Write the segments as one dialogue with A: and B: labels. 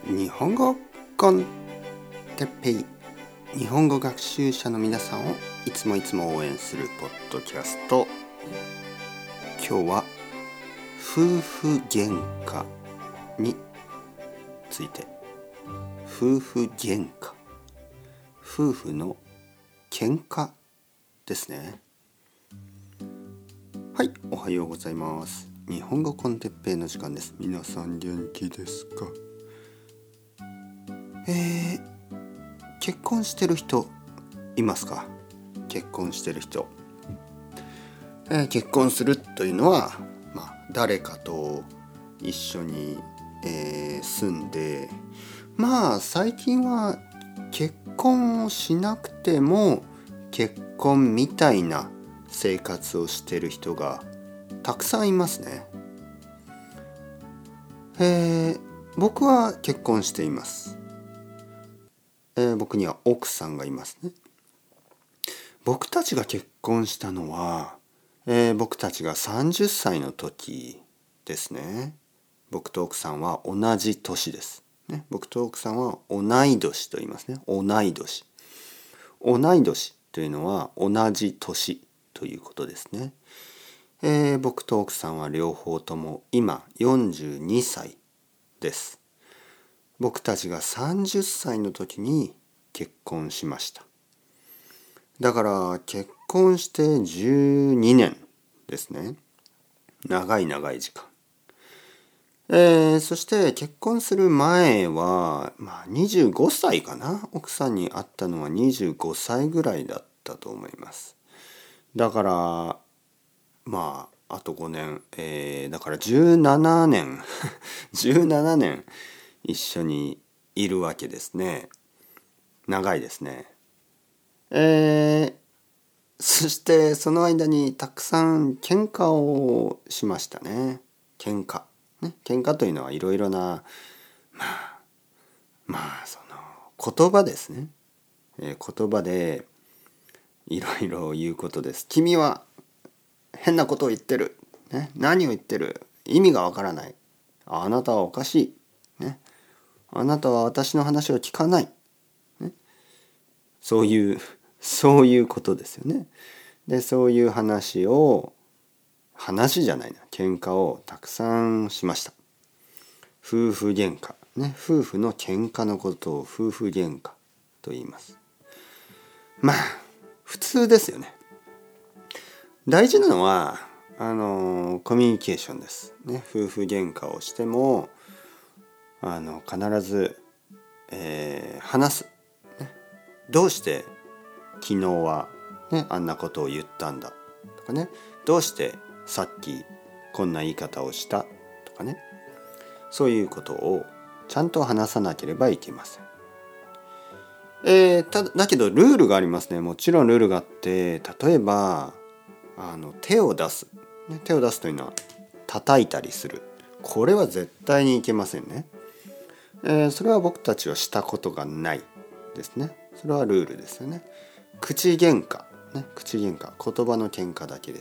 A: 日本語コンテッペイ、日本語学習者の皆さんをいつも応援するポッドキャスト。今日は夫婦喧嘩について。夫婦喧嘩、夫婦の喧嘩ですね。はい、おはようございます。日本語コンテッペイの時間です。皆さん元気ですか？結婚してる人いますか？結婚してる人、結婚するというのは、誰かと一緒に、住んで、最近は結婚をしなくても結婚みたいな生活をしてる人がたくさんいますね。僕は結婚しています。僕には奥さんがいますね。僕たちが結婚したのは、僕たちが30歳の時ですね。僕と奥さんは同じ年です、ね。僕と奥さんは同い年と言いますね。同い年。同い年というのは同じ年ということですね。僕と奥さんは両方とも今42歳です。僕たちが30歳の時に結婚しました。だから結婚して12年ですね。長い時間。そして結婚する前は、25歳かな。奥さんに会ったのは25歳ぐらいだったと思います。だからあと5年、だから17年17年一緒にいるわけですね。長いですね。そしてその間にたくさん喧嘩をしましたね。喧嘩というのはいろいろなその言葉ですね。言葉でいろいろ言うことです。君は変なことを言ってる、ね、何を言ってる、意味がわからない、あなたはおかしい、ね、あなたは私の話を聞かない、ね、そういうことですよね。でそういう話じゃないな、喧嘩をたくさんしました。夫婦喧嘩ね、夫婦の喧嘩のことを夫婦喧嘩と言います。普通ですよね。大事なのはコミュニケーションです、ね。夫婦喧嘩をしても必ず、話す、ね。どうして昨日は、あんなことを言ったんだとかね。どうしてさっきこんな言い方をしたとかね。そういうことをちゃんと話さなければいけません。だけどルールがありますね。もちろんルールがあって、例えば手を出す、ね、手を出すというのは叩いたりする。これは絶対にいけませんね。それは僕たちはしたことがないですね。それはルールですよね。口喧嘩、ね、口喧嘩、言葉の喧嘩だけです。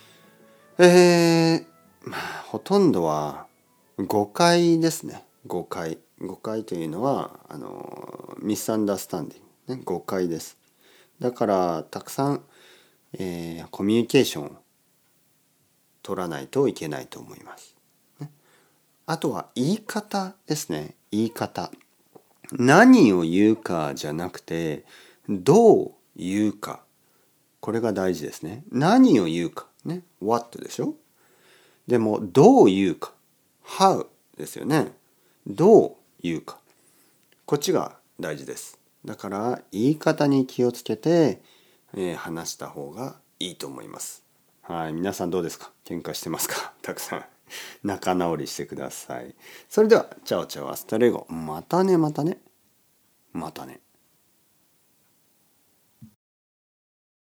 A: ほとんどは誤解ですね。誤解というのはミスアンダースタンディング、ね、誤解です。だからたくさん、コミュニケーションを取らないといけないと思います、ね。あとは言い方ですね。言い方。何を言うかじゃなくてどう言うか。これが大事ですね。何を言うかね。What でしょ。でもどう言うか。How ですよね。どう言うか。こっちが大事です。だから言い方に気をつけて、話した方がいいと思います。はい、皆さんどうですか？喧嘩してますか？たくさん仲直りしてください。それではチャオチャオアスタレゴ。またね。